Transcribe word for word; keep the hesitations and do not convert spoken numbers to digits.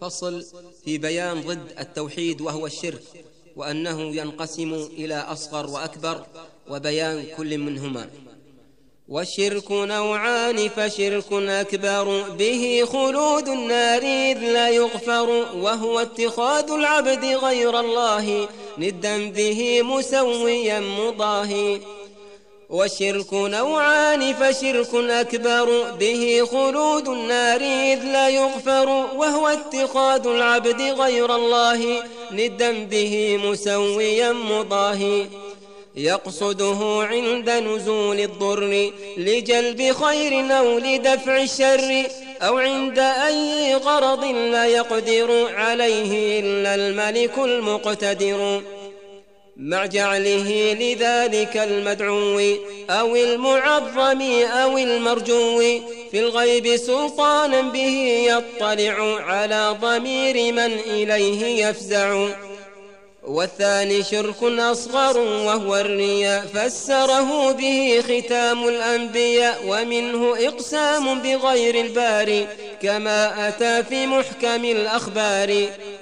فصل في بيان ضد التوحيد وهو الشرك، وأنه ينقسم إلى أصغر وأكبر، وبيان كل منهما. والشرك نوعان، فشرك أكبر به خلود النار إذ لا يغفر، وهو اتخاذ العبد غير الله ندا به مسويا مضاهي. والشرك نوعان، فشرك أكبر به خلود النار إذ لا يغفر، وهو اتخاذ العبد غير الله ندا به مسويا مضاهي. يقصده عند نزول الضر لجلب خير أو لدفع الشر، أو عند أي غرض لا يقدر عليه إلا الملك المقتدر، مع جعله لذلك المدعو أو المعظم أو المرجو في الغيب سلطانا به يطلع على ضمير من إليه يفزع. والثاني شرك أصغر وهو الرياء، فسره به ختام الأنبياء، ومنه إقسام بغير الباري كما أتى في محكم الأخبار.